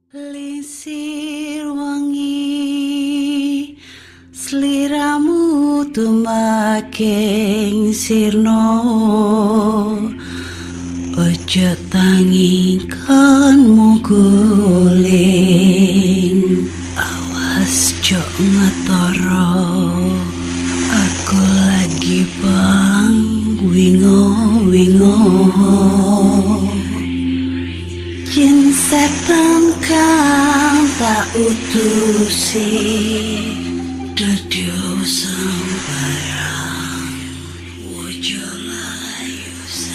Lisir wangi sliramu tumaking sirno ojo tangi kanmu guling awas jok ngetoro aku lagi bang wingo Jin setan kang tak utusi Dadio sembarang Wojo layu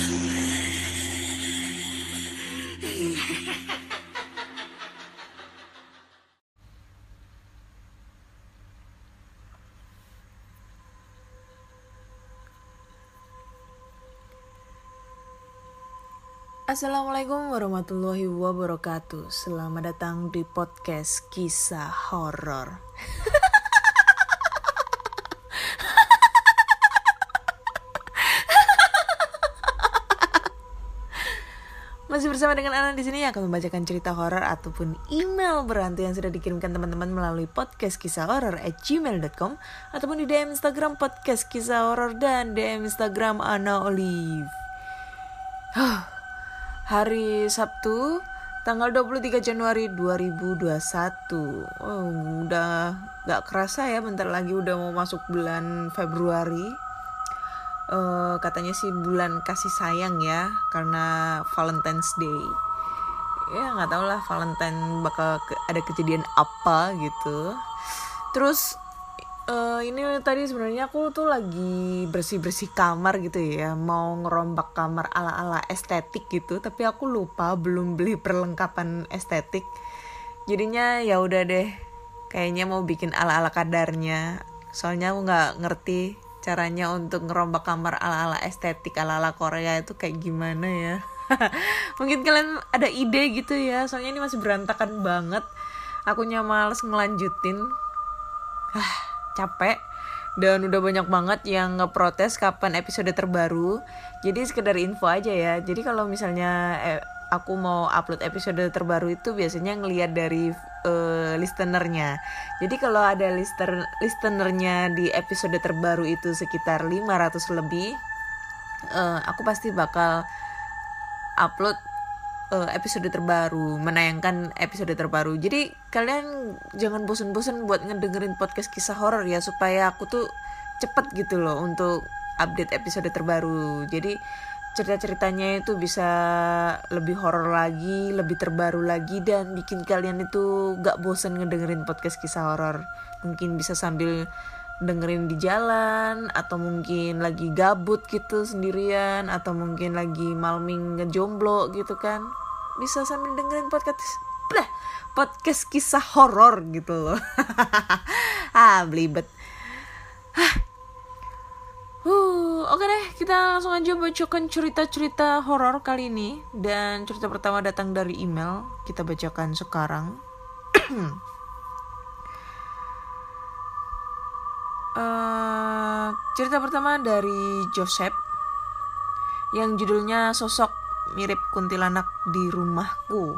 Assalamualaikum warahmatullahi wabarakatuh. Selamat datang di podcast kisah horor. Masih bersama dengan Ana di sini yang akan membacakan cerita horor ataupun email berhantu yang sudah dikirimkan teman-teman melalui podcast kisah horor@gmail.com ataupun di DM Instagram podcast kisah horor dan DM Instagram Ana Olive. Hari Sabtu tanggal 23 Januari 2021. Udah gak kerasa ya, bentar lagi udah mau masuk bulan Februari. Katanya sih bulan kasih sayang ya, karena Valentine's Day. Ya gak tau lah Valentine bakal ada kejadian apa gitu. Terus ini tadi sebenarnya aku tuh lagi bersih-bersih kamar gitu ya, mau ngerombak kamar ala-ala estetik gitu, tapi aku lupa belum beli perlengkapan estetik. Jadinya ya udah deh, kayaknya mau bikin ala-ala kadarnya. Soalnya aku nggak ngerti caranya untuk ngerombak kamar ala-ala estetik, ala-ala Korea itu kayak gimana ya. Mungkin kalian ada ide gitu ya, soalnya ini masih berantakan banget. Akunya males ngelanjutin. Capek dan udah banyak banget yang ngeprotes kapan episode terbaru. Jadi sekedar info aja ya. Jadi kalau misalnya aku mau upload episode terbaru itu biasanya ngelihat dari listenernya. Jadi kalau ada listenernya di episode terbaru itu sekitar 500 lebih, aku pasti bakal upload episode terbaru, menayangkan episode terbaru. Jadi kalian jangan bosan-bosan buat ngedengerin podcast kisah horor ya, supaya aku tuh cepet gitu loh untuk update episode terbaru. Jadi cerita-ceritanya itu bisa lebih horor lagi, lebih terbaru lagi, dan bikin kalian itu gak bosan ngedengerin podcast kisah horor. Mungkin bisa sambil dengerin di jalan, atau mungkin lagi gabut gitu sendirian, atau mungkin lagi malming ngejomblo gitu kan, bisa sambil dengerin podcast kisah horor gitu loh. Belibet. Oke deh, kita langsung aja bacakan cerita-cerita horor kali ini. Dan cerita pertama datang dari email, kita bacakan sekarang. Cerita pertama dari Joseph yang judulnya Sosok Mirip Kuntilanak di Rumahku.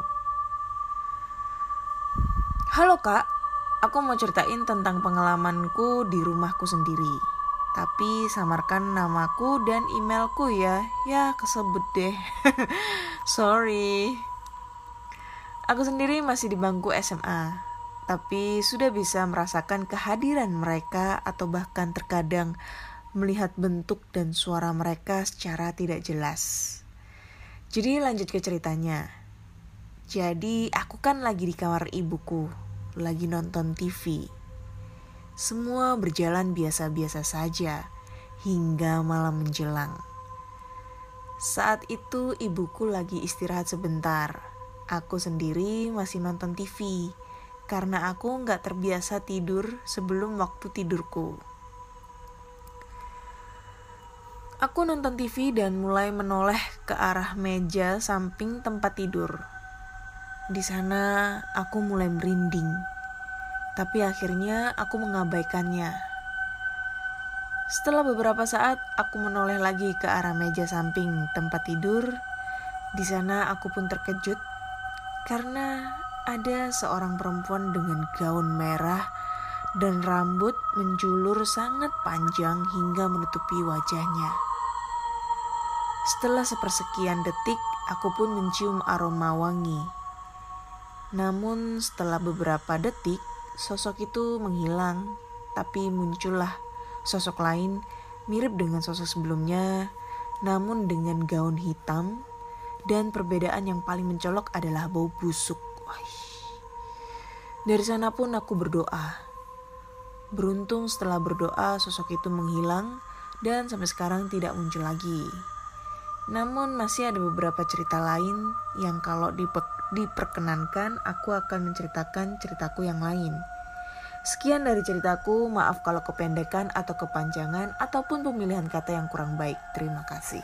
Halo kak, aku mau ceritain tentang pengalamanku di rumahku sendiri. Tapi samarkan namaku dan emailku ya. Ya kesebut deh. Sorry. Aku sendiri masih di bangku SMA, tapi sudah bisa merasakan kehadiran mereka atau bahkan terkadang melihat bentuk dan suara mereka secara tidak jelas. Jadi lanjut ke ceritanya. Jadi aku kan lagi di kamar ibuku, lagi nonton TV. Semua berjalan biasa-biasa saja hingga malam menjelang. Saat itu ibuku lagi istirahat sebentar. Aku sendiri masih nonton TV karena aku gak terbiasa tidur sebelum waktu tidurku. Aku nonton TV dan mulai menoleh ke arah meja samping tempat tidur. Di sana aku mulai merinding, tapi akhirnya aku mengabaikannya. Setelah beberapa saat, aku menoleh lagi ke arah meja samping tempat tidur. Di sana aku pun terkejut karena ada seorang perempuan dengan gaun merah dan rambut menjulur sangat panjang hingga menutupi wajahnya. Setelah sepersekian detik, aku pun mencium aroma wangi. Namun setelah beberapa detik, sosok itu menghilang, tapi muncullah sosok lain mirip dengan sosok sebelumnya, namun dengan gaun hitam, dan perbedaan yang paling mencolok adalah bau busuk. Dari sana pun aku berdoa. Beruntung setelah berdoa sosok itu menghilang dan sampai sekarang tidak muncul lagi. Namun masih ada beberapa cerita lain yang kalau diperkenankan aku akan menceritakan ceritaku yang lain. Sekian dari ceritaku, maaf kalau kependekan atau kepanjangan ataupun pemilihan kata yang kurang baik. Terima kasih.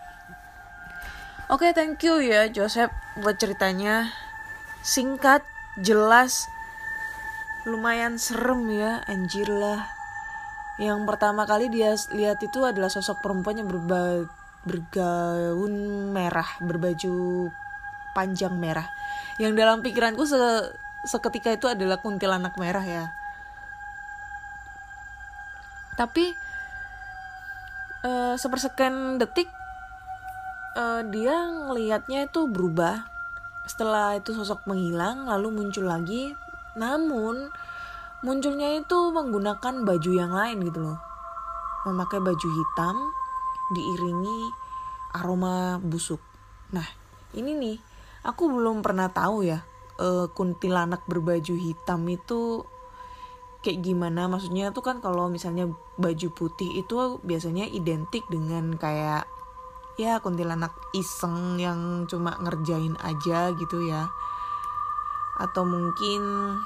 Oke, thank you ya Joseph buat ceritanya. Singkat, jelas, lumayan serem ya, anjir lah. Yang pertama kali dia lihat itu adalah sosok perempuan yang bergaun merah, berbaju panjang merah. Yang dalam pikiranku seketika itu adalah kuntilanak merah ya. Tapi sepersekian detik dia ngelihatnya itu berubah. Setelah itu sosok menghilang lalu muncul lagi. Namun munculnya itu menggunakan baju yang lain gitu loh. Memakai baju hitam diiringi aroma busuk. Nah ini nih, aku belum pernah tahu ya kuntilanak berbaju hitam itu kayak gimana. Maksudnya tuh kan kalau misalnya baju putih itu biasanya identik dengan kayak ya kuntilanak iseng yang cuma ngerjain aja gitu ya, atau mungkin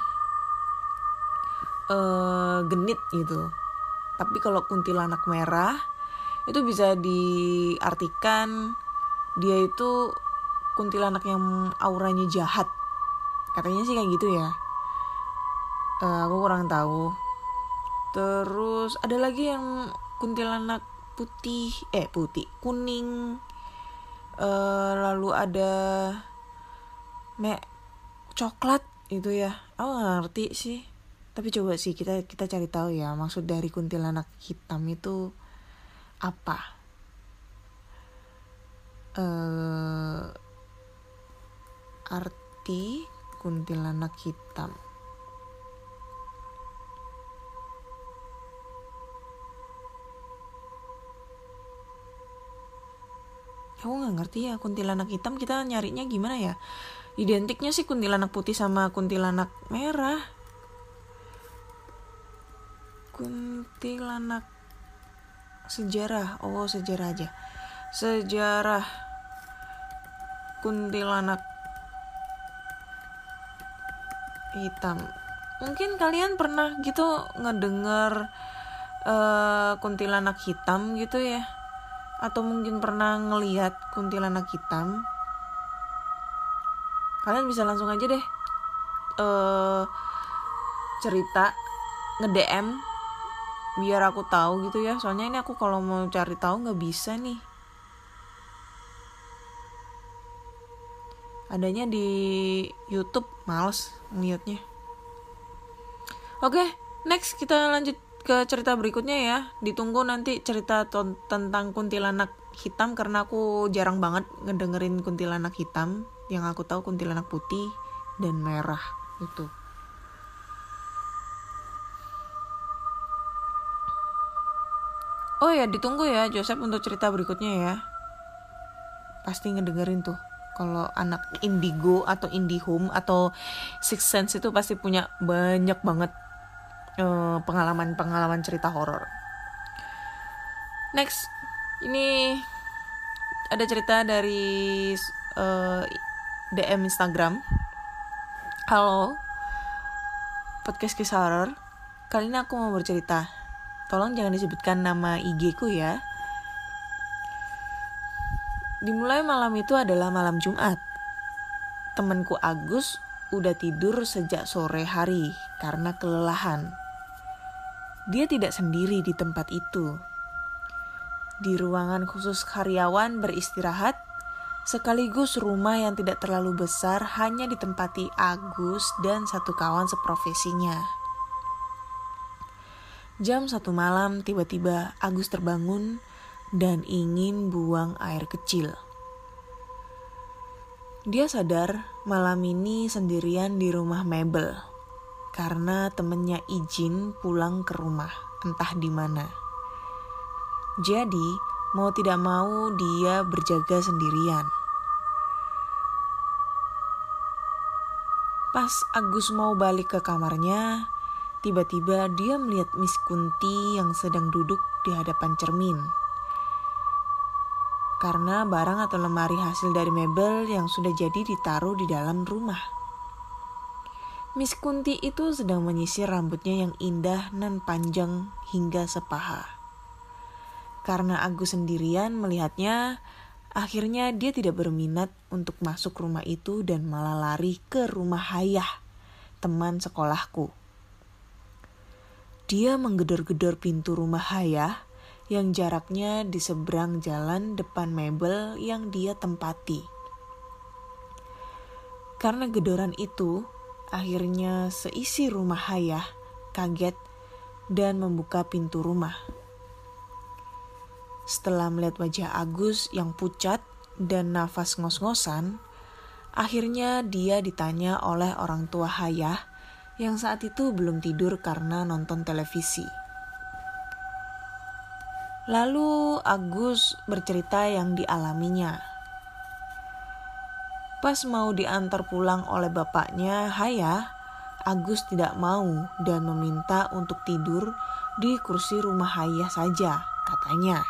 genit gitu. Tapi kalau kuntilanak merah itu bisa diartikan dia itu kuntilanak yang auranya jahat, katanya sih kayak gitu ya. Aku kurang tahu. Terus ada lagi yang kuntilanak kuning. Lalu ada coklat itu ya. Aku nggak ngerti sih. Tapi coba sih kita cari tahu ya, maksud dari kuntilanak hitam itu apa? Arti kuntilanak hitam. Aku nggak ngerti ya, kuntilanak hitam kita nyarinya gimana ya? Identiknya sih kuntilanak putih sama kuntilanak merah. Kuntilanak sejarah, sejarah aja. Sejarah kuntilanak hitam. Mungkin kalian pernah gitu ngedenger kuntilanak hitam gitu ya, atau mungkin pernah ngelihat kuntilanak hitam. Kalian bisa langsung aja deh cerita, nge-DM biar aku tahu gitu ya. Soalnya ini aku kalau mau cari tahu nggak bisa nih. Adanya di YouTube, males ngeliatnya. Oke, next kita lanjut ke cerita berikutnya ya. Ditunggu nanti cerita tentang kuntilanak hitam, karena aku jarang banget ngedengerin kuntilanak hitam. Yang aku tahu kuntilanak putih dan merah itu. Oh ya, ditunggu ya Joseph untuk cerita berikutnya ya. Pasti ngedengerin tuh. Kalau anak Indigo atau Indihome atau Six Sense itu pasti punya banyak banget pengalaman cerita horor. Next, ini ada cerita dari DM Instagram. Halo, podcast kisah horor. Kali ini aku mau bercerita. Tolong jangan disebutkan nama IG ku ya. Dimulai malam itu adalah malam Jumat. Temanku Agus udah tidur sejak sore hari karena kelelahan. Dia tidak sendiri di tempat itu. Di ruangan khusus karyawan beristirahat, sekaligus rumah yang tidak terlalu besar hanya ditempati Agus dan satu kawan seprofesinya. Jam 1 malam tiba-tiba Agus terbangun dan ingin buang air kecil. Dia sadar malam ini sendirian di rumah Mabel karena temennya izin pulang ke rumah entah di mana. Jadi mau tidak mau dia berjaga sendirian. Pas Agus mau balik ke kamarnya, tiba-tiba dia melihat Miss Kunti yang sedang duduk di hadapan cermin. Karena barang atau lemari hasil dari mebel yang sudah jadi ditaruh di dalam rumah. Miss Kunti itu sedang menyisir rambutnya yang indah nan panjang hingga sepaha. Karena Agus sendirian melihatnya, akhirnya dia tidak berminat untuk masuk rumah itu dan malah lari ke rumah Hayah, teman sekolahku. Dia menggedor-gedor pintu rumah Hayah yang jaraknya di seberang jalan depan mebel yang dia tempati. Karena gedoran itu, akhirnya seisi rumah Hayah kaget dan membuka pintu rumah. Setelah melihat wajah Agus yang pucat dan nafas ngos-ngosan, akhirnya dia ditanya oleh orang tua Hayah yang saat itu belum tidur karena nonton televisi. Lalu Agus bercerita yang dialaminya. Pas mau diantar pulang oleh bapaknya Hayah, Agus tidak mau dan meminta untuk tidur di kursi rumah Hayah saja, katanya.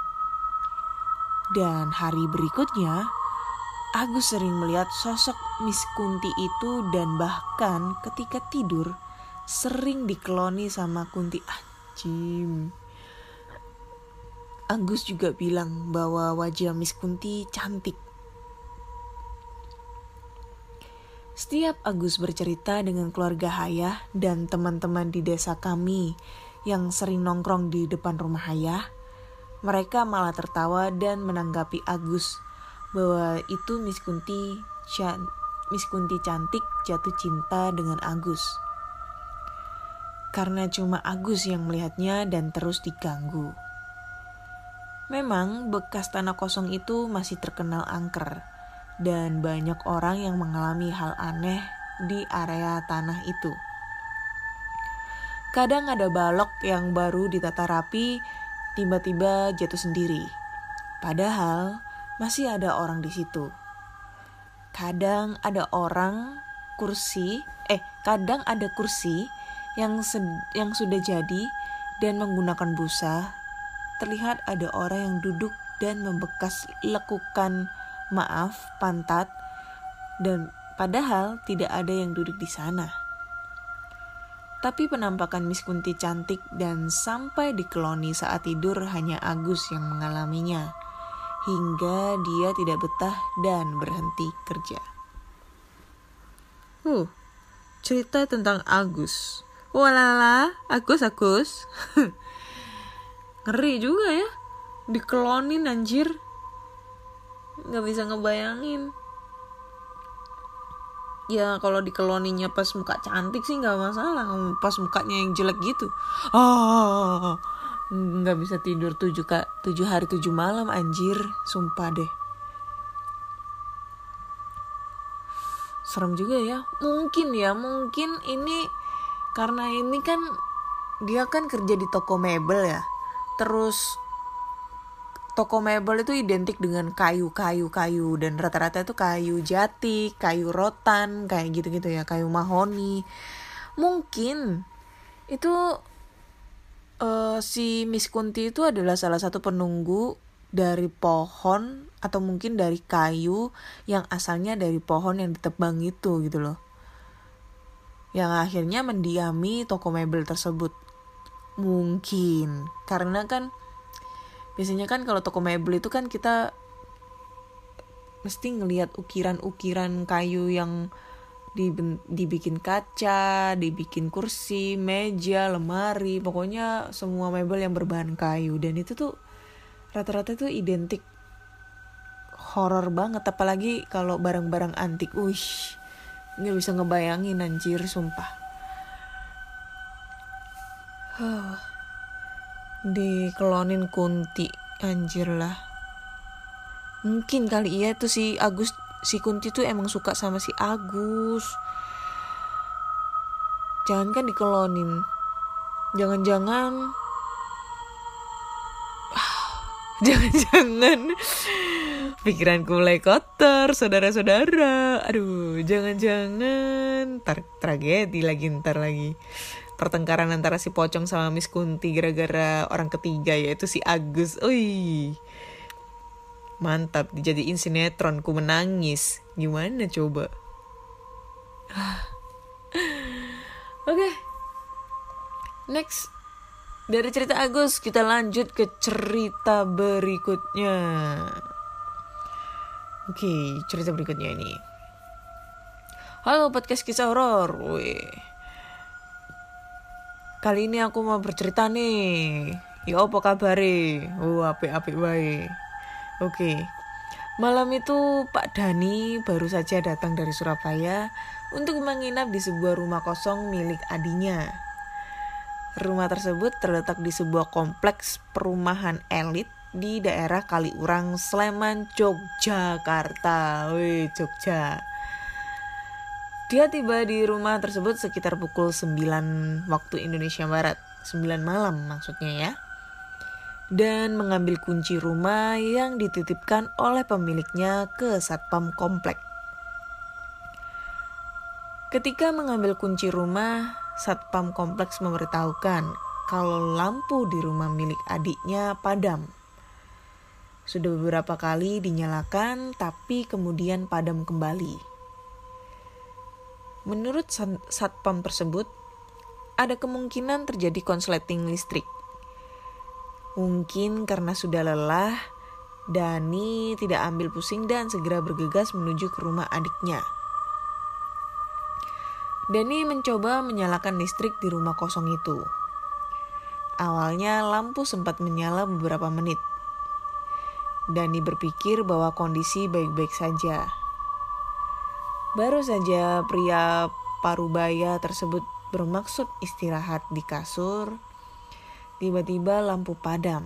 Dan hari berikutnya, Agus sering melihat sosok Miss Kunti itu dan bahkan ketika tidur sering dikeloni sama Kunti. Anjim. Agus juga bilang bahwa wajah Miss Kunti cantik. Setiap Agus bercerita dengan keluarga Hayah dan teman-teman di desa kami yang sering nongkrong di depan rumah Hayah, mereka malah tertawa dan menanggapi Agus bahwa itu Miss Kunti cantik jatuh cinta dengan Agus. Karena cuma Agus yang melihatnya dan terus diganggu. Memang bekas tanah kosong itu masih terkenal angker dan banyak orang yang mengalami hal aneh di area tanah itu. Kadang ada balok yang baru ditata rapi tiba-tiba jatuh sendiri. Padahal masih ada orang di situ. Kadang ada kursi yang sudah jadi dan menggunakan busa. Terlihat ada orang yang duduk dan membekas lekukan pantat dan padahal tidak ada yang duduk di sana. Tapi penampakan Miss Kunti cantik dan sampai dikeloni saat tidur hanya Agus yang mengalaminya hingga dia tidak betah dan berhenti kerja. Cerita tentang Agus. Walala, Agus. Ngeri juga ya, dikelonin anjir. Gak bisa ngebayangin. Ya kalau dikeloninya pas muka cantik sih gak masalah. Pas mukanya yang jelek gitu, gak bisa tidur 7 hari 7 malam anjir. Sumpah deh. Serem juga ya. Mungkin ini karena ini kan dia kan kerja di toko mebel ya. Terus toko mebel itu identik dengan kayu dan rata-rata itu kayu jati, kayu rotan, kayak gitu-gitu ya, kayu mahoni. Mungkin itu si Miss Kunti itu adalah salah satu penunggu dari pohon atau mungkin dari kayu yang asalnya dari pohon yang ditebang itu gitu loh. Yang akhirnya mendiami toko mebel tersebut. Mungkin karena kan biasanya kan kalau toko mebel itu kan kita mesti ngelihat ukiran-ukiran kayu yang dibikin kaca, dibikin kursi, meja, lemari, pokoknya semua mebel yang berbahan kayu. Dan itu tuh rata-rata tuh identik horor banget, apalagi kalau barang-barang antik. Nggak bisa ngebayangin anjir, sumpah. Dikelonin Kunti, anjir lah. Mungkin kali iya tuh si Kunti tuh emang suka sama si Agus. Jangan kan dikelonin, jangan-jangan pikiranku mulai kotor, saudara-saudara. Aduh, jangan-jangan tragedi lagi ntar lagi. Pertengkaran antara si Pocong sama Miss Kunti gara-gara orang ketiga, yaitu si Agus. Mantap, dijadiin sinetron, ku menangis. Gimana coba? Oke. Next. Dari cerita Agus kita lanjut ke cerita berikutnya. Oke, cerita berikutnya ini. Halo podcast kisah horor. Kali ini aku mau bercerita nih. Ya apa kabare? Apik-apik wae. Oke. Malam itu Pak Dani baru saja datang dari Surabaya untuk menginap di sebuah rumah kosong milik adinya. Rumah tersebut terletak di sebuah kompleks perumahan elit di daerah Kaliurang, Sleman, Yogyakarta. Jogja. Dia tiba di rumah tersebut sekitar pukul 9 waktu Indonesia Barat. 9 malam maksudnya ya. Dan mengambil kunci rumah yang dititipkan oleh pemiliknya ke satpam komplek. Ketika mengambil kunci rumah, satpam kompleks memberitahukan kalau lampu di rumah milik adiknya padam. Sudah beberapa kali dinyalakan tapi kemudian padam kembali. Menurut satpam tersebut, ada kemungkinan terjadi konsleting listrik. Mungkin karena sudah lelah, Dani tidak ambil pusing dan segera bergegas menuju ke rumah adiknya. Dani mencoba menyalakan listrik di rumah kosong itu. Awalnya lampu sempat menyala beberapa menit. Dani berpikir bahwa kondisi baik-baik saja. Baru saja pria parubaya tersebut bermaksud istirahat di kasur, tiba-tiba lampu padam.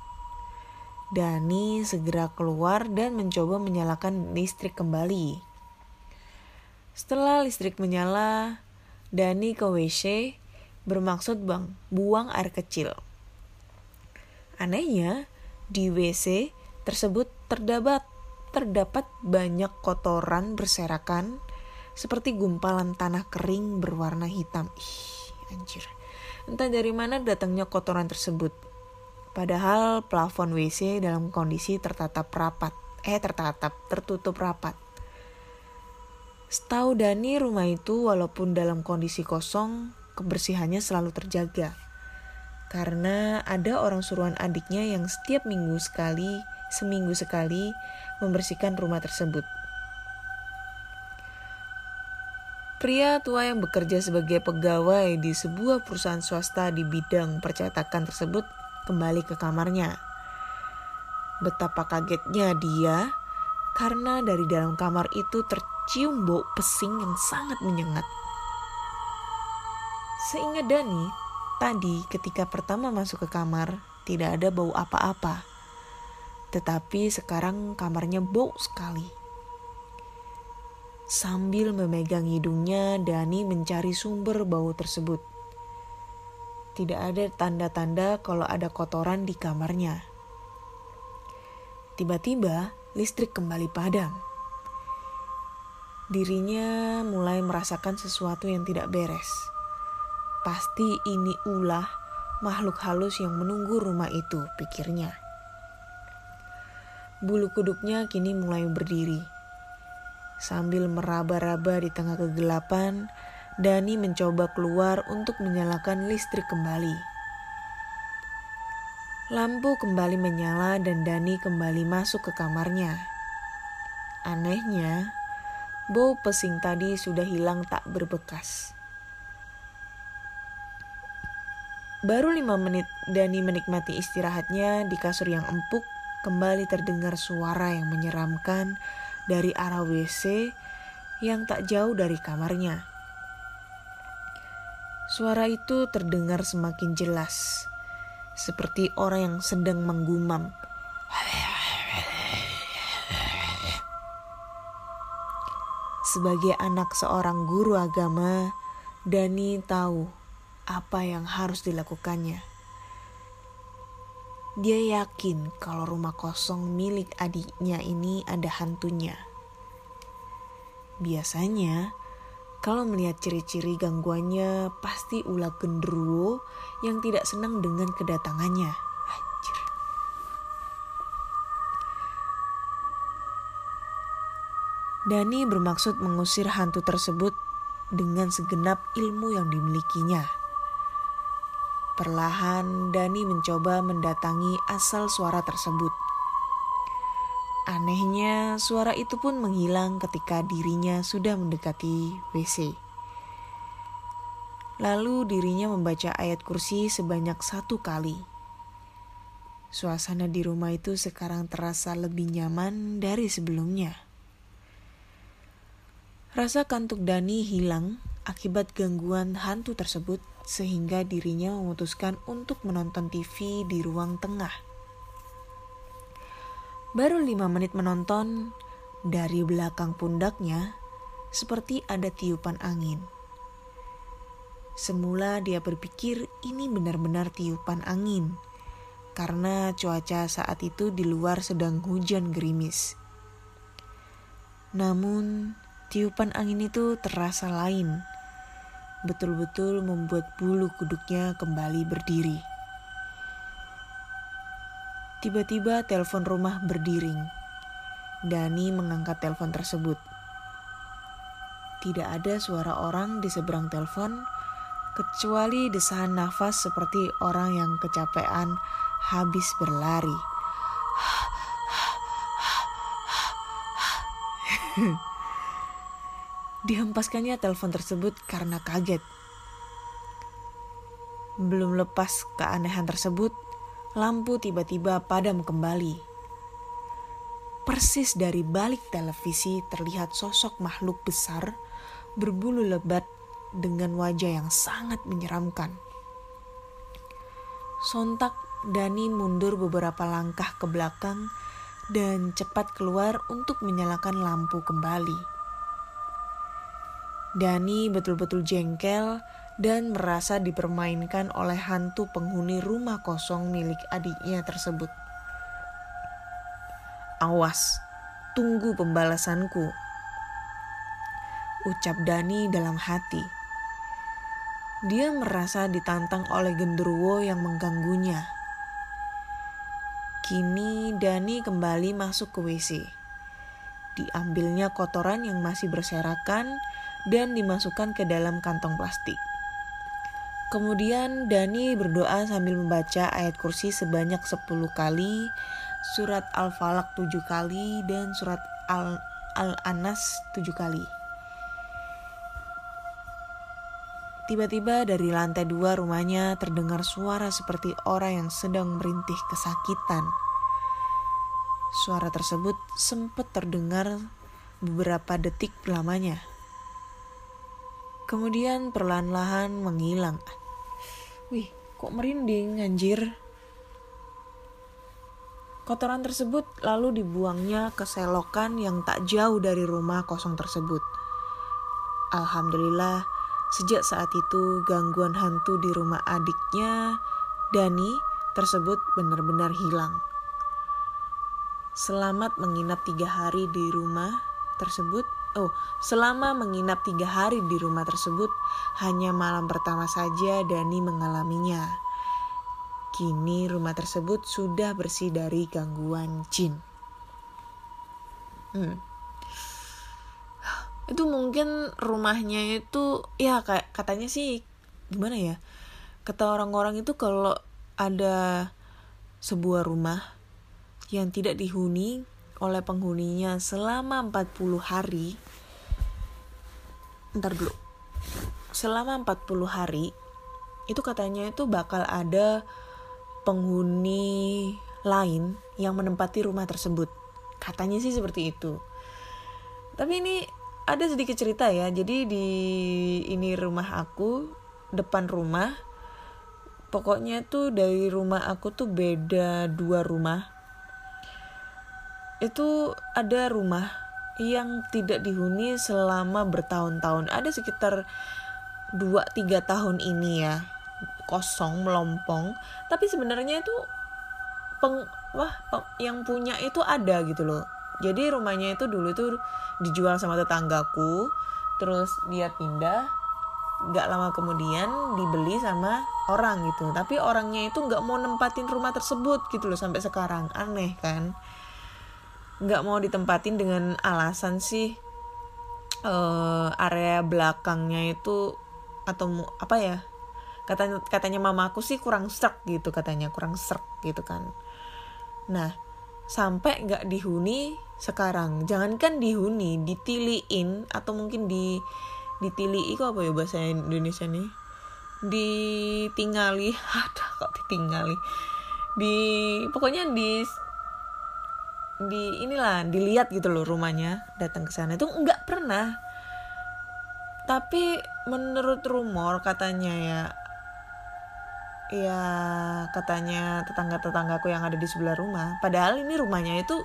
Dani segera keluar dan mencoba menyalakan listrik kembali. Setelah listrik menyala, Dani ke WC bermaksud buang air kecil. Anehnya, di WC tersebut terdapat banyak kotoran berserakan seperti gumpalan tanah kering berwarna hitam. Anjir. Entah dari mana datangnya kotoran tersebut. Padahal plafon WC dalam kondisi tertutup rapat. Setahu Dani, rumah itu walaupun dalam kondisi kosong, kebersihannya selalu terjaga. Karena ada orang suruhan adiknya yang setiap seminggu sekali membersihkan rumah tersebut. Pria tua yang bekerja sebagai pegawai di sebuah perusahaan swasta di bidang percetakan tersebut kembali ke kamarnya. Betapa kagetnya dia karena dari dalam kamar itu tercium bau pesing yang sangat menyengat. Seingat Dani, tadi ketika pertama masuk ke kamar tidak ada bau apa-apa. Tetapi sekarang kamarnya bau sekali. Sambil memegang hidungnya, Dani mencari sumber bau tersebut. Tidak ada tanda-tanda kalau ada kotoran di kamarnya. Tiba-tiba, listrik kembali padam. Dirinya mulai merasakan sesuatu yang tidak beres. Pasti ini ulah makhluk halus yang menunggu rumah itu, pikirnya. Bulu kuduknya kini mulai berdiri. Sambil meraba-raba di tengah kegelapan, Dani mencoba keluar untuk menyalakan listrik kembali. Lampu kembali menyala dan Dani kembali masuk ke kamarnya. Anehnya, bau pesing tadi sudah hilang tak berbekas. Baru 5 menit Dani menikmati istirahatnya di kasur yang empuk kembali terdengar suara yang menyeramkan dari arah WC yang tak jauh dari kamarnya. Suara itu terdengar semakin jelas, seperti orang yang sedang menggumam. Sebagai anak seorang guru agama, Dani tahu apa yang harus dilakukannya. Dia yakin kalau rumah kosong milik adiknya ini ada hantunya. Biasanya, kalau melihat ciri-ciri gangguannya, pasti ulah genderuwo yang tidak senang dengan kedatangannya. Anjir. Dani bermaksud mengusir hantu tersebut dengan segenap ilmu yang dimilikinya. Perlahan Dani mencoba mendatangi asal suara tersebut. Anehnya, suara itu pun menghilang ketika dirinya sudah mendekati WC. Lalu dirinya membaca ayat kursi sebanyak 1 kali. Suasana di rumah itu sekarang terasa lebih nyaman dari sebelumnya. Rasa kantuk Dani hilang akibat gangguan hantu tersebut, sehingga dirinya memutuskan untuk menonton TV di ruang tengah. Baru 5 menit menonton, dari belakang pundaknya seperti ada tiupan angin. Semula dia berpikir ini benar-benar tiupan angin, karena cuaca saat itu di luar sedang hujan gerimis. Namun, tiupan angin itu terasa lain. Betul-betul membuat bulu kuduknya kembali berdiri. Tiba-tiba telepon rumah berdering. Dani mengangkat telepon tersebut. Tidak ada suara orang di seberang telepon, kecuali desahan nafas seperti orang yang kecapean habis berlari. Dihempaskannya telepon tersebut karena kaget. Belum lepas keanehan tersebut, lampu tiba-tiba padam kembali. Persis dari balik televisi terlihat sosok makhluk besar berbulu lebat dengan wajah yang sangat menyeramkan. Sontak Dani mundur beberapa langkah ke belakang dan cepat keluar untuk menyalakan lampu kembali. Dani betul-betul jengkel dan merasa dipermainkan oleh hantu penghuni rumah kosong milik adiknya tersebut. Awas, tunggu pembalasanku, ucap Dani dalam hati. Dia merasa ditantang oleh genderuwo yang mengganggunya. Kini Dani kembali masuk ke WC. Diambilnya kotoran yang masih berserakan dan dimasukkan ke dalam kantong plastik. Kemudian Dani berdoa sambil membaca ayat kursi sebanyak 10 kali, surat Al-Falaq 7 kali, dan surat Al-Anas 7 kali. Tiba-tiba dari lantai 2 rumahnya terdengar suara seperti orang yang sedang merintih kesakitan. Suara tersebut sempat terdengar beberapa detik lamanya. Kemudian perlahan-lahan menghilang. Wih, kok merinding anjir. Kotoran tersebut lalu dibuangnya ke selokan yang tak jauh dari rumah kosong tersebut. Alhamdulillah, sejak saat itu gangguan hantu di rumah adiknya, Dani, tersebut benar-benar hilang. Selama menginap 3 hari di rumah tersebut, hanya malam pertama saja Dani mengalaminya. Kini rumah tersebut sudah bersih dari gangguan jin. Itu mungkin rumahnya itu, ya kayak katanya sih, gimana ya? Kata orang-orang itu kalau ada sebuah rumah yang tidak dihuni oleh penghuninya selama 40 hari. Selama 40 hari itu katanya itu bakal ada penghuni lain yang menempati rumah tersebut. Katanya sih seperti itu. Tapi ini ada sedikit cerita ya. Jadi di ini rumah aku, depan rumah. Pokoknya tuh dari rumah aku tuh beda 2 rumah. Itu ada rumah yang tidak dihuni selama bertahun-tahun. Ada sekitar 2-3 tahun ini ya, kosong, melompong. Tapi sebenarnya itu yang punya itu ada gitu loh. Jadi rumahnya itu dulu tuh dijual sama tetanggaku, terus dia pindah, gak lama kemudian dibeli sama orang gitu. Tapi orangnya itu gak mau nempatin rumah tersebut gitu loh sampai sekarang. Aneh kan? Gak mau ditempatin dengan alasan sih area belakangnya itu atau apa ya, katanya mamaku sih kurang serk gitu, katanya kurang serk gitu kan. Nah sampai gak dihuni sekarang. Jangankan dihuni, ditiliin atau mungkin ditilii, kok apa ya bahasa Indonesia nih, ditingali. Ada kok ditingali, pokoknya inilah dilihat gitu loh rumahnya, datang ke sana itu nggak pernah. Tapi menurut rumor katanya ya katanya tetanggaku yang ada di sebelah rumah, padahal ini rumahnya itu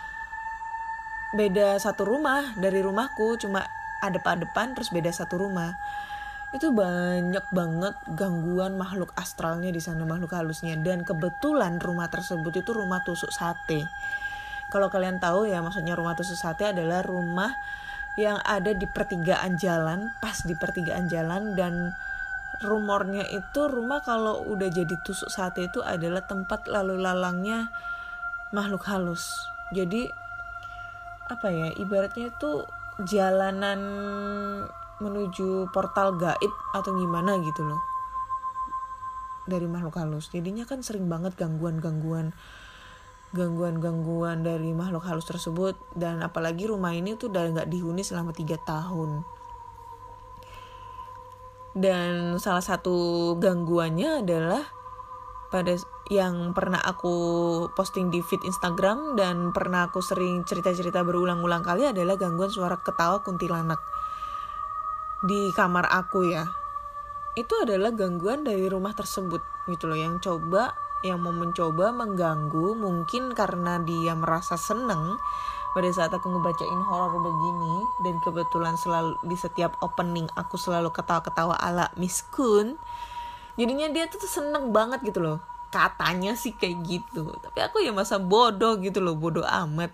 beda 1 rumah dari rumahku, cuma adep-adepan terus beda 1 rumah. Itu banyak banget gangguan makhluk astralnya di sana, makhluk halusnya. Dan kebetulan rumah tersebut itu rumah tusuk sate. Kalau kalian tahu ya, maksudnya rumah tusuk sate adalah rumah yang ada di pertigaan jalan, pas di pertigaan jalan. Dan rumornya itu rumah kalau udah jadi tusuk sate itu adalah tempat lalu lalangnya makhluk halus. Jadi apa ya, ibaratnya itu jalanan menuju portal gaib atau gimana gitu loh dari makhluk halus. Jadinya kan sering banget gangguan dari makhluk halus tersebut. Dan apalagi rumah ini tuh udah gak dihuni selama 3 tahun. Dan salah satu gangguannya adalah pada yang pernah aku posting di feed Instagram dan pernah aku sering cerita-cerita berulang-ulang kali adalah gangguan suara ketawa kuntilanak di kamar aku ya. Itu adalah gangguan dari rumah tersebut gitu loh, yang mau mencoba mengganggu. Mungkin karena dia merasa seneng pada saat aku ngebacain horor begini, dan kebetulan selalu di setiap opening aku selalu ketawa-ketawa ala Miss Kun. Jadinya dia tuh seneng banget gitu loh. Katanya sih kayak gitu. Tapi aku ya masa bodoh gitu loh, bodoh amat.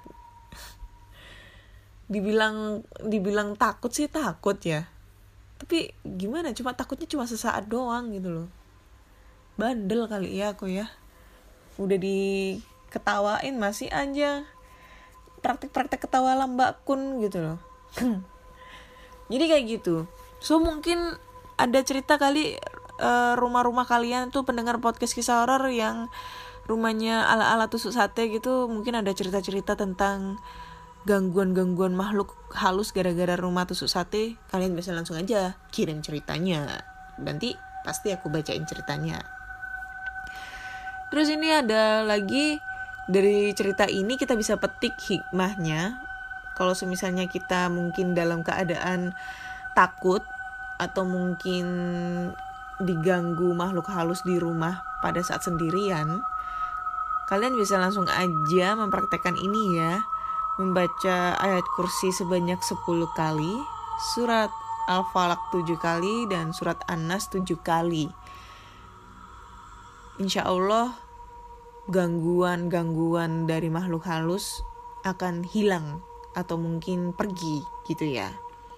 Dibilang takut sih takut ya. Tapi gimana, takutnya cuma sesaat doang gitu loh. Bandel kali ya aku ya. Udah diketawain masih aja praktek-praktek ketawa ala Mbak Kun gitu loh. Jadi kayak gitu. So mungkin ada cerita kali rumah-rumah kalian tuh pendengar podcast kisah horor yang rumahnya ala-ala tusuk sate gitu, mungkin ada cerita-cerita tentang gangguan-gangguan makhluk halus gara-gara rumah tusuk sate. Kalian bisa langsung aja kirim ceritanya, nanti pasti aku bacain ceritanya. Terus ini ada lagi, dari cerita ini kita bisa petik hikmahnya. Kalau semisalnya kita mungkin dalam keadaan takut atau mungkin diganggu makhluk halus di rumah pada saat sendirian, kalian bisa langsung aja mempraktekkan ini ya. Membaca ayat kursi sebanyak 10 kali, surat Al-Falaq 7 kali, dan surat An-Nas 7 kali. Insya Allah gangguan dari makhluk halus akan hilang atau mungkin pergi gitu ya.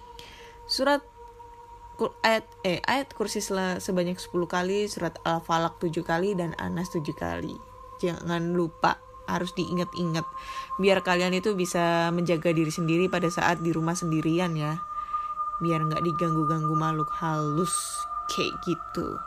Ayat kursi sebanyak 10 kali, surat Al-Falaq 7 kali, dan An-Nas 7 kali. Jangan lupa, harus diingat-ingat biar kalian itu bisa menjaga diri sendiri pada saat di rumah sendirian ya, biar gak diganggu-ganggu makhluk halus kayak gitu.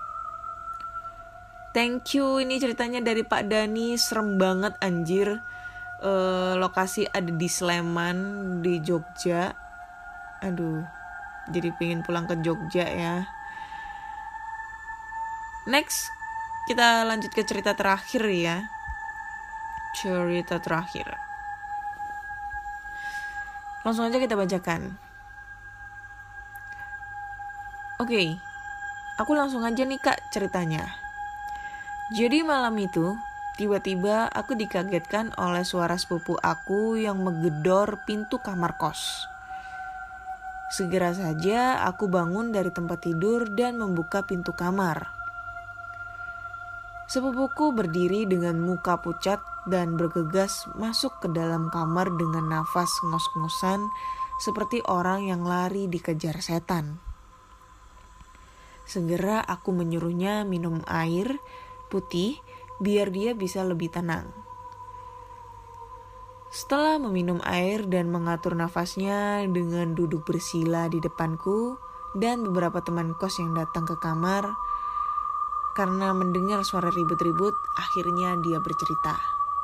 Thank you, ini ceritanya dari Pak Dani. Serem banget anjir. Lokasi ada di Sleman, di Jogja. Aduh, jadi pengen pulang ke Jogja ya. Next, kita lanjut ke cerita terakhir ya. cerita terakhir. Langsung aja kita bacakan. Oke, aku langsung aja nih Kak ceritanya. Jadi malam itu, tiba-tiba aku dikagetkan oleh suara sepupu aku yang menggedor pintu kamar kos. Segera saja aku bangun dari tempat tidur dan membuka pintu kamar. Sepupuku berdiri dengan muka pucat dan bergegas masuk ke dalam kamar dengan nafas ngos-ngosan seperti orang yang lari dikejar setan. Segera aku menyuruhnya minum air putih biar dia bisa lebih tenang. Setelah meminum air dan mengatur nafasnya dengan duduk bersila di depanku dan beberapa teman kos yang datang ke kamar, karena mendengar suara ribut-ribut, akhirnya dia bercerita.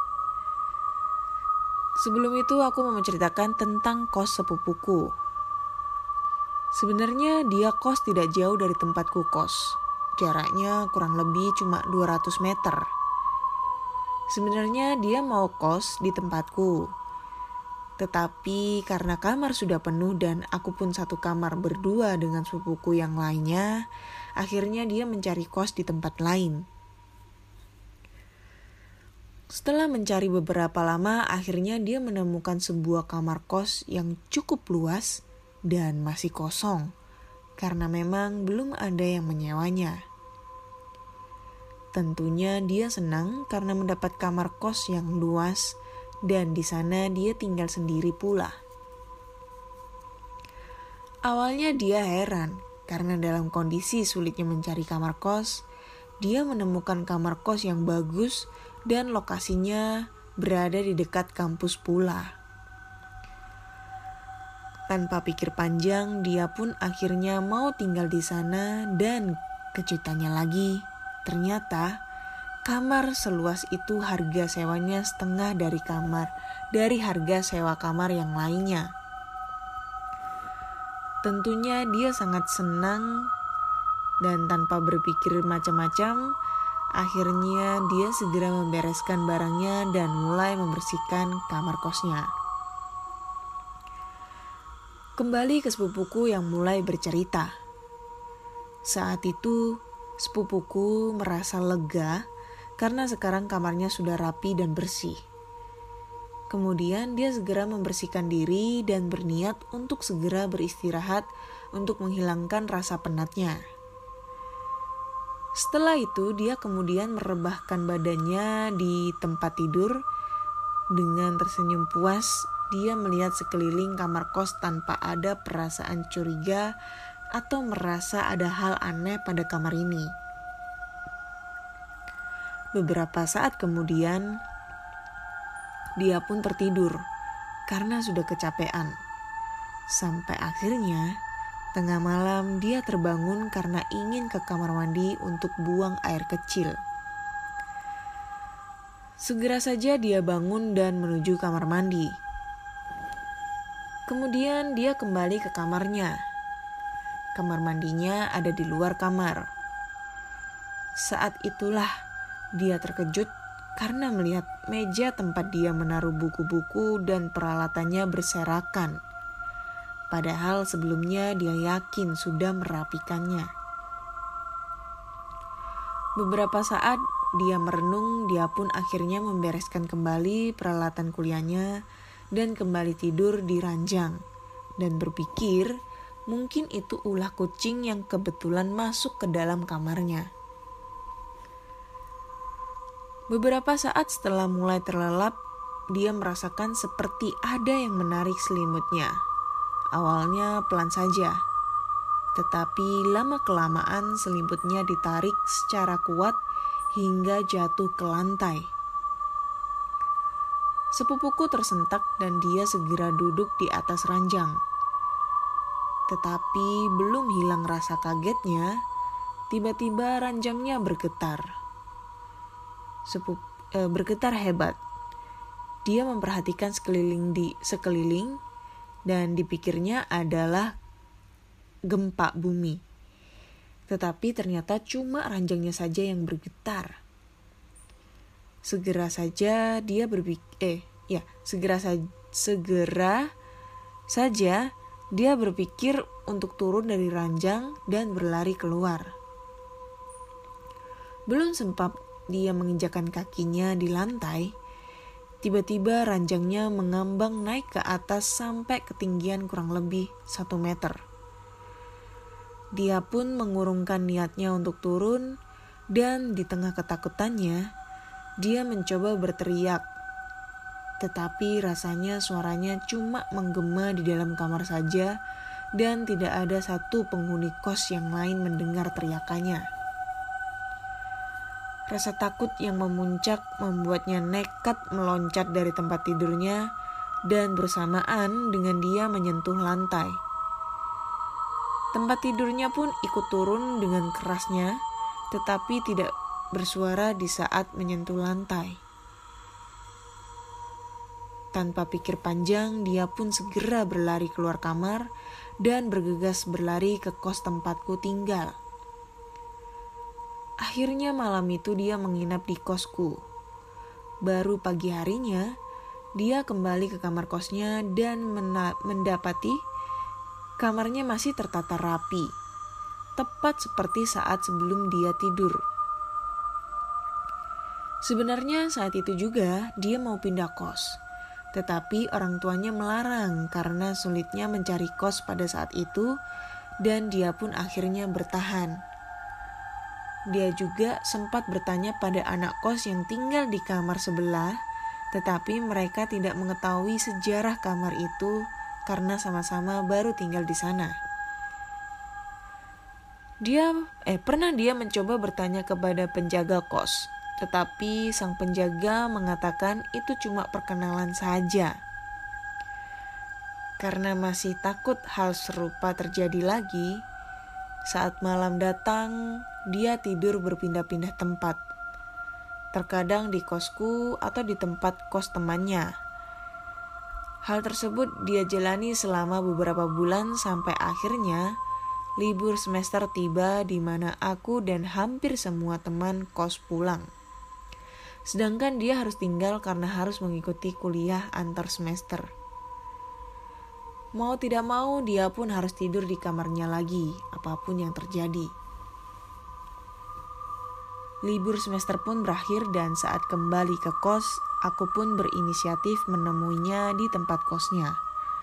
Sebelum itu aku mau menceritakan tentang kos sepupuku. Sebenarnya dia kos tidak jauh dari tempatku kos. Jaraknya kurang lebih cuma 200 meter. Sebenarnya dia mau kos di tempatku. Tetapi karena kamar sudah penuh dan aku pun satu kamar berdua dengan sepupuku yang lainnya, akhirnya dia mencari kos di tempat lain. Setelah mencari beberapa lama, akhirnya dia menemukan sebuah kamar kos yang cukup luas dan masih kosong, karena memang belum ada yang menyewanya. Tentunya dia senang karena mendapat kamar kos yang luas dan di sana dia tinggal sendiri pula. Awalnya dia heran karena dalam kondisi sulitnya mencari kamar kos, dia menemukan kamar kos yang bagus dan lokasinya berada di dekat kampus pula. Tanpa pikir panjang, dia pun akhirnya mau tinggal di sana dan kejutannya lagi, ternyata kamar seluas itu harga sewanya setengah dari harga sewa kamar yang lainnya. Tentunya dia sangat senang dan tanpa berpikir macam-macam, akhirnya dia segera membereskan barangnya dan mulai membersihkan kamar kosnya. Kembali ke sepupuku yang mulai bercerita. Saat itu, sepupuku merasa lega karena sekarang kamarnya sudah rapi dan bersih. Kemudian dia segera membersihkan diri dan berniat untuk segera beristirahat untuk menghilangkan rasa penatnya. Setelah itu, dia kemudian merebahkan badannya di tempat tidur. Dengan tersenyum puas, dia melihat sekeliling kamar kos tanpa ada perasaan curiga atau merasa ada hal aneh pada kamar ini. Beberapa saat kemudian, dia pun tertidur karena sudah kecapean. Sampai akhirnya, tengah malam dia terbangun karena ingin ke kamar mandi untuk buang air kecil. Segera saja dia bangun dan menuju kamar mandi. Kemudian dia kembali ke kamarnya. Kamar mandinya ada di luar kamar. Saat itulah dia terkejut karena melihat meja tempat dia menaruh buku-buku dan peralatannya berserakan. Padahal sebelumnya dia yakin sudah merapikannya. Beberapa saat dia merenung, dia pun akhirnya membereskan kembali peralatan kuliahnya dan kembali tidur di ranjang dan berpikir mungkin itu ulah kucing yang kebetulan masuk ke dalam kamarnya. Beberapa saat setelah mulai terlelap, dia merasakan seperti ada yang menarik selimutnya. Awalnya pelan saja, tetapi lama-kelamaan selimutnya ditarik secara kuat hingga jatuh ke lantai. Sepupuku tersentak dan dia segera duduk di atas ranjang. Tetapi belum hilang rasa kagetnya, tiba-tiba ranjangnya bergetar. Bergetar hebat. Dia memperhatikan sekeliling dan dipikirnya adalah gempa bumi. Tetapi ternyata cuma ranjangnya saja yang bergetar. Segera saja dia berpikir untuk turun dari ranjang dan berlari keluar. Belum sempat dia menginjakkan kakinya di lantai, tiba-tiba ranjangnya mengambang naik ke atas sampai ketinggian kurang lebih 1 meter. Dia pun mengurungkan niatnya untuk turun, dan di tengah ketakutannya, dia mencoba berteriak. Tetapi rasanya suaranya cuma menggema di dalam kamar saja, dan tidak ada satu penghuni kos yang lain mendengar teriakannya. Rasa takut yang memuncak membuatnya nekat meloncat dari tempat tidurnya, dan bersamaan dengan dia menyentuh lantai. Tempat tidurnya pun ikut turun dengan kerasnya, tetapi tidak bersuara di saat menyentuh lantai. Tanpa pikir panjang, dia pun segera berlari keluar kamar dan bergegas berlari ke kos tempatku tinggal. Akhirnya malam itu dia menginap di kosku. Baru pagi harinya, dia kembali ke kamar kosnya dan mendapati kamarnya masih tertata rapi, tepat seperti saat sebelum dia tidur. Sebenarnya saat itu juga dia mau pindah kos, tetapi orang tuanya melarang karena sulitnya mencari kos pada saat itu, dan dia pun akhirnya bertahan. Dia juga sempat bertanya pada anak kos yang tinggal di kamar sebelah, tetapi mereka tidak mengetahui sejarah kamar itu karena sama-sama baru tinggal di sana. Pernah dia mencoba bertanya kepada penjaga kos, tetapi sang penjaga mengatakan itu cuma perkenalan saja. Karena masih takut hal serupa terjadi lagi, saat malam datang, dia tidur berpindah-pindah tempat. Terkadang di kosku atau di tempat kos temannya. Hal tersebut dia jalani selama beberapa bulan sampai akhirnya libur semester tiba di mana aku dan hampir semua teman kos pulang. Sedangkan dia harus tinggal karena harus mengikuti kuliah antar semester. Mau tidak mau dia pun harus tidur di kamarnya lagi, apapun yang terjadi. Libur semester pun berakhir dan saat kembali ke kos, aku pun berinisiatif menemuinya di tempat kosnya.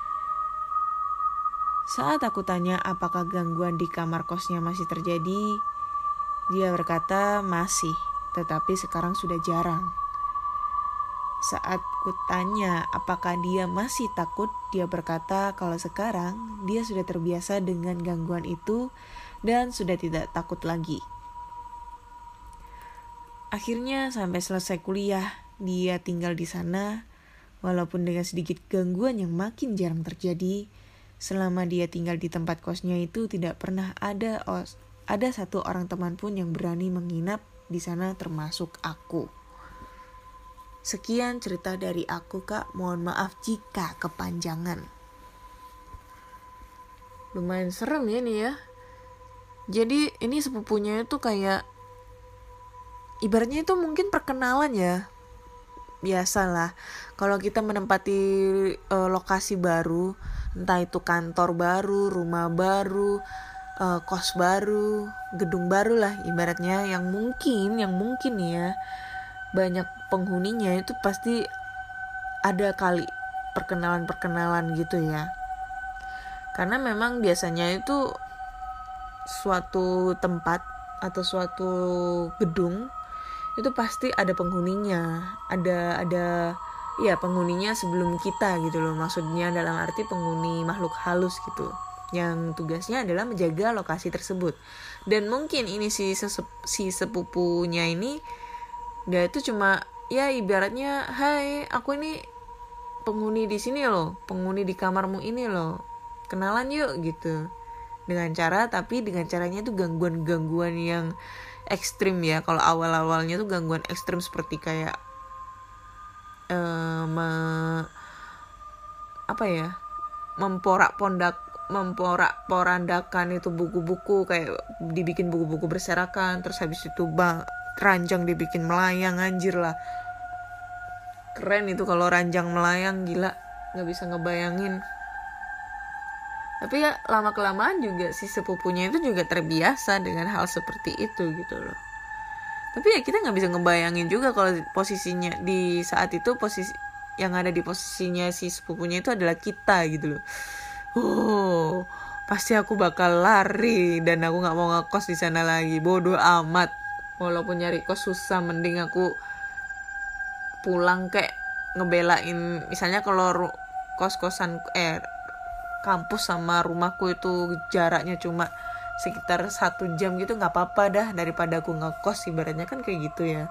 Saat aku tanya apakah gangguan di kamar kosnya masih terjadi, dia berkata masih, tetapi sekarang sudah jarang. Saat ku tanya apakah dia masih takut, dia berkata kalau sekarang dia sudah terbiasa dengan gangguan itu dan sudah tidak takut lagi. Akhirnya sampai selesai kuliah, dia tinggal di sana, walaupun dengan sedikit gangguan yang makin jarang terjadi. Selama dia tinggal di tempat kosnya itu tidak pernah ada satu orang teman pun yang berani menginap di sana termasuk aku. Sekian cerita dari aku, Kak. Mohon maaf jika kepanjangan. Lumayan serem ya nih ya. Jadi ini sepupunya itu kayak ibaratnya itu mungkin perkenalan ya. Biasalah kalau kita menempati lokasi baru, entah itu kantor baru, rumah baru, kos baru, gedung baru lah ibaratnya yang mungkin nih ya banyak penghuninya, itu pasti ada kali perkenalan gitu ya. Karena memang biasanya itu suatu tempat atau suatu gedung itu pasti ada penghuninya, ada ya penghuninya sebelum kita gitu loh. Maksudnya dalam arti penghuni makhluk halus gitu, yang tugasnya adalah menjaga lokasi tersebut. Dan mungkin ini si sepupunya ini dia itu cuma ya ibaratnya, hai aku ini penghuni di sini loh, penghuni di kamarmu ini loh, kenalan yuk gitu. Dengan caranya tuh gangguan yang ekstrim ya. Kalau awal-awalnya tuh gangguan ekstrim seperti kayak memporak-porandakan itu buku-buku, kayak dibikin buku-buku berserakan, terus habis itu ranjang dibikin melayang, anjir lah. keren itu kalau ranjang melayang, gila, nggak bisa ngebayangin. Tapi ya lama kelamaan juga si sepupunya itu juga terbiasa dengan hal seperti itu gitu loh. Tapi ya kita nggak bisa ngebayangin juga kalau posisinya di saat itu, posisi yang ada di posisinya si sepupunya itu adalah kita gitu loh. Pasti aku bakal lari dan aku nggak mau ngekos di sana lagi. Bodoh amat. Walaupun nyari kos susah, mending aku pulang kayak ngebelain. Misalnya kalau kos-kosan kampus sama rumahku itu jaraknya cuma sekitar 1 jam gitu, nggak apa-apa dah daripada aku ngekos, ibaratnya kan kayak gitu ya.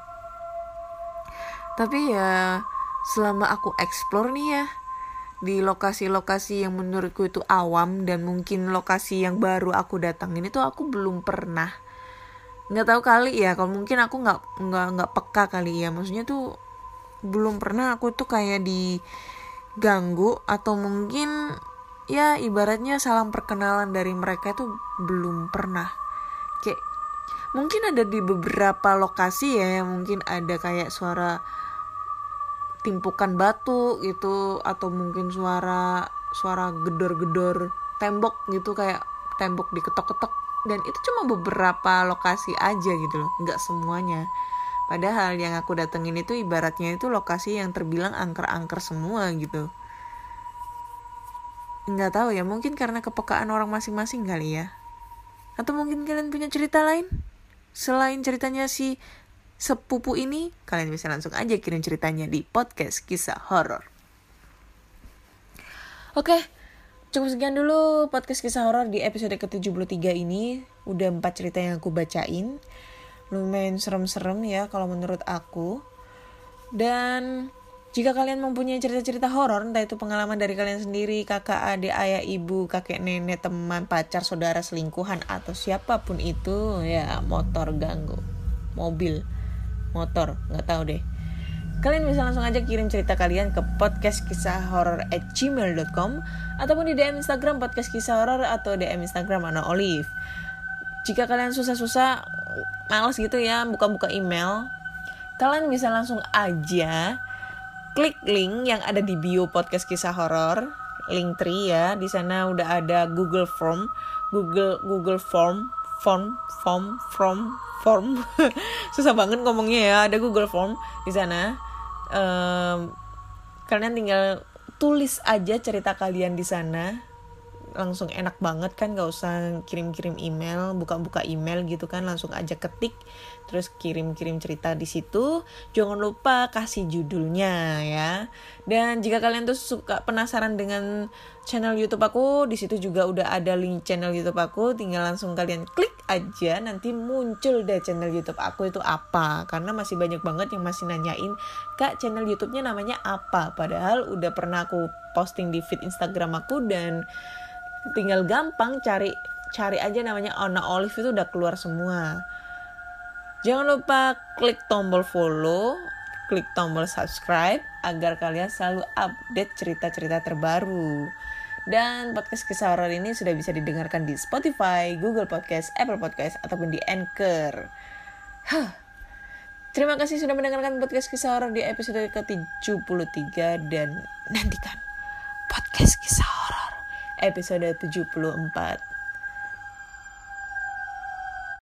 Tapi ya selama aku explore nih ya di lokasi-lokasi yang menurutku itu awam dan mungkin lokasi yang baru aku datangin itu aku belum pernah, nggak tahu kali ya, kalau mungkin aku nggak peka kali ya, maksudnya tuh belum pernah aku tuh kayak diganggu atau mungkin ya ibaratnya salam perkenalan dari mereka itu belum pernah. Kayak mungkin ada di beberapa lokasi ya yang mungkin ada kayak suara timpukan batu gitu, atau mungkin suara gedor-gedor tembok gitu, kayak tembok diketok-ketok, dan itu cuma beberapa lokasi aja gitu loh, nggak semuanya. Padahal yang aku datengin itu ibaratnya itu lokasi yang terbilang angker-angker semua gitu. Nggak tahu ya, mungkin karena kepekaan orang masing-masing kali ya. Atau mungkin kalian punya cerita lain selain ceritanya si sepupu ini? Kalian bisa langsung aja kirim ceritanya di podcast kisah horor. Oke, cukup sekian dulu podcast kisah horor di episode ke-73 ini. Udah 4 cerita yang aku bacain. Lumayan serem-serem ya kalau menurut aku. Dan jika kalian mempunyai cerita-cerita horor, entah itu pengalaman dari kalian sendiri, kakak, adik, ayah, ibu, kakek, nenek, teman, pacar, saudara, selingkuhan, atau siapapun itu, ya motor ganggu, mobil, motor, nggak tahu deh. Kalian bisa langsung aja kirim cerita kalian ke podcastkisahhoror@gmail.com ataupun di DM Instagram podcast kisah horor atau DM Instagram Ana Olive. Jika kalian susah-susah, malas gitu ya buka-buka email, kalian bisa langsung aja klik link yang ada di bio podcast kisah horor, Linktree ya. Di sana udah ada Google Form, Google Form. Susah banget ngomongnya ya. Ada Google Form di sana. Kalian tinggal tulis aja cerita kalian di sana. Langsung enak banget kan, gak usah kirim-kirim email, buka-buka email gitu kan, langsung aja ketik terus kirim-kirim cerita di situ. Jangan lupa kasih judulnya ya. Dan jika kalian tuh suka penasaran dengan channel YouTube aku, di situ juga udah ada link channel YouTube aku, tinggal langsung kalian klik aja, nanti muncul deh channel YouTube aku itu apa. Karena masih banyak banget yang masih nanyain, "Kak, channel YouTube-nya namanya apa?" Padahal udah pernah aku posting di feed Instagram aku, dan tinggal gampang cari aja namanya Ana Olive, itu udah keluar semua. Jangan lupa klik tombol follow, klik tombol subscribe agar kalian selalu update cerita-cerita terbaru. Dan podcast kisah horor ini sudah bisa didengarkan di Spotify, Google Podcast, Apple Podcast, ataupun di Anchor. Terima kasih sudah mendengarkan podcast kisah horor di episode ke-73, dan nantikan podcast kisah horor episode 74